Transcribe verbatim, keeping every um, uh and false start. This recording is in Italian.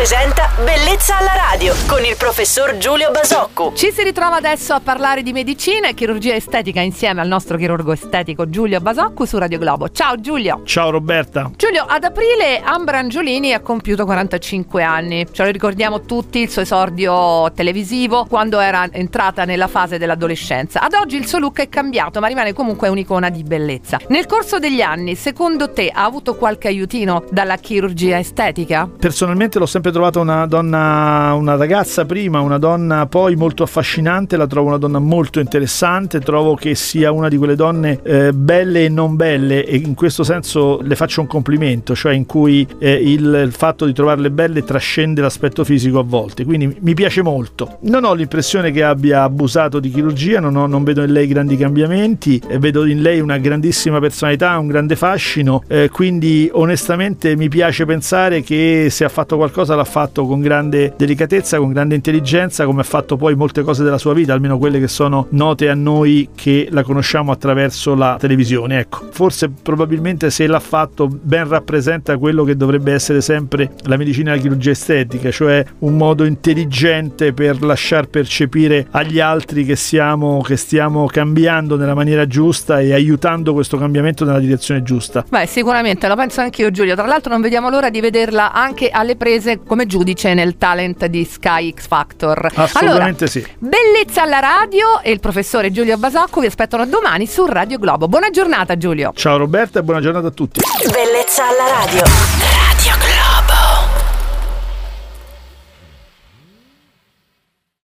presenta Bellezza alla radio con il professor Giulio Basocco. Ci si ritrova adesso a parlare di medicina e chirurgia estetica insieme al nostro chirurgo estetico Giulio Basocco su Radio Globo. Ciao Giulio. Ciao Roberta. Giulio, ad aprile Ambra Angiolini ha compiuto quarantacinque anni. Ce lo ricordiamo tutti, il suo esordio televisivo quando era entrata nella fase dell'adolescenza. Ad oggi il suo look è cambiato, ma rimane comunque un'icona di bellezza. Nel corso degli anni, secondo te, ha avuto qualche aiutino dalla chirurgia estetica? Personalmente l'ho sempre trovata una donna, una ragazza prima, una donna poi molto affascinante, la trovo una donna molto interessante, trovo che sia una di quelle donne eh, belle e non belle, e in questo senso le faccio un complimento, cioè in cui eh, il, il fatto di trovarle belle trascende l'aspetto fisico a volte, quindi mi piace molto. Non ho l'impressione che abbia abusato di chirurgia, non, ho, non vedo in lei grandi cambiamenti, eh, vedo in lei una grandissima personalità, un grande fascino, eh, quindi onestamente mi piace pensare che se ha fatto qualcosa l'ha fatto con grande delicatezza, con grande intelligenza, come ha fatto poi molte cose della sua vita, almeno quelle che sono note a noi che la conosciamo attraverso la televisione. Ecco, forse probabilmente se l'ha fatto ben rappresenta quello che dovrebbe essere sempre la medicina e la chirurgia estetica, cioè un modo intelligente per lasciar percepire agli altri che siamo che stiamo cambiando nella maniera giusta e aiutando questo cambiamento nella direzione giusta. Beh, sicuramente, lo penso anch'io Giulio. Tra l'altro non vediamo l'ora di vederla anche alle prese come giudice nel talent di Sky X Factor. Assolutamente allora, sì. Bellezza alla radio e il professore Giulio Basocco vi aspettano domani su Radio Globo. Buona giornata Giulio. Ciao Roberta e buona giornata a tutti. Bellezza alla radio.